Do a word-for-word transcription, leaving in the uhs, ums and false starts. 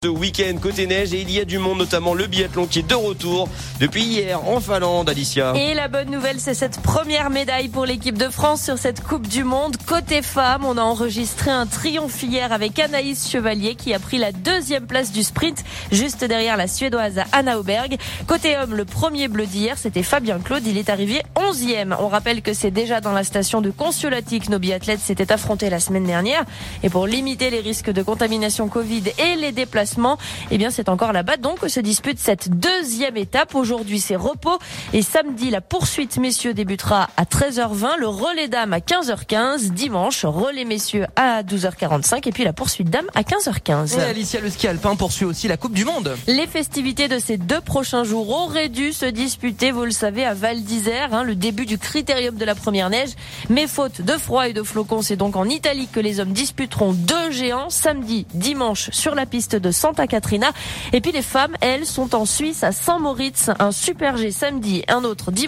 Ce week-end côté neige et il y a du monde, notamment le biathlon qui est de retour depuis hier en Finlande, Alicia. Et la bonne nouvelle, c'est cette première médaille pour l'équipe de France sur cette Coupe du Monde. Côté femmes, on a enregistré un triomphe hier avec Anaïs Chevalier qui a pris la deuxième place du sprint, juste derrière la Suédoise Anna Åberg. Côté hommes, le premier bleu d'hier, c'était Fabien Claude. Il est arrivé onzième. On rappelle que c'est déjà dans la station de Contiolati que nos biathlètes s'étaient affrontés la semaine dernière. Et pour limiter les risques de contamination Covid et les déplacements, eh bien c'est encore là-bas donc que se dispute cette deuxième étape. Aujourd'hui c'est repos et samedi la poursuite messieurs débutera à treize heures vingt, le relais dames à quinze heures quinze, dimanche relais messieurs à douze heures quarante-cinq et puis la poursuite dames à quinze heures quinze. Et Alicia, le ski alpin poursuit aussi la Coupe du Monde. Les festivités de ces deux prochains jours auraient dû se disputer, vous le savez, à Val d'Isère, hein, le début du critérium de la première neige, mais faute de froid et de flocons, c'est donc en Italie que les hommes disputeront deux géants samedi, dimanche sur la piste de Santa Catrina. Et puis les femmes, elles, sont en Suisse à Saint-Moritz. Un super G samedi, un autre dimanche.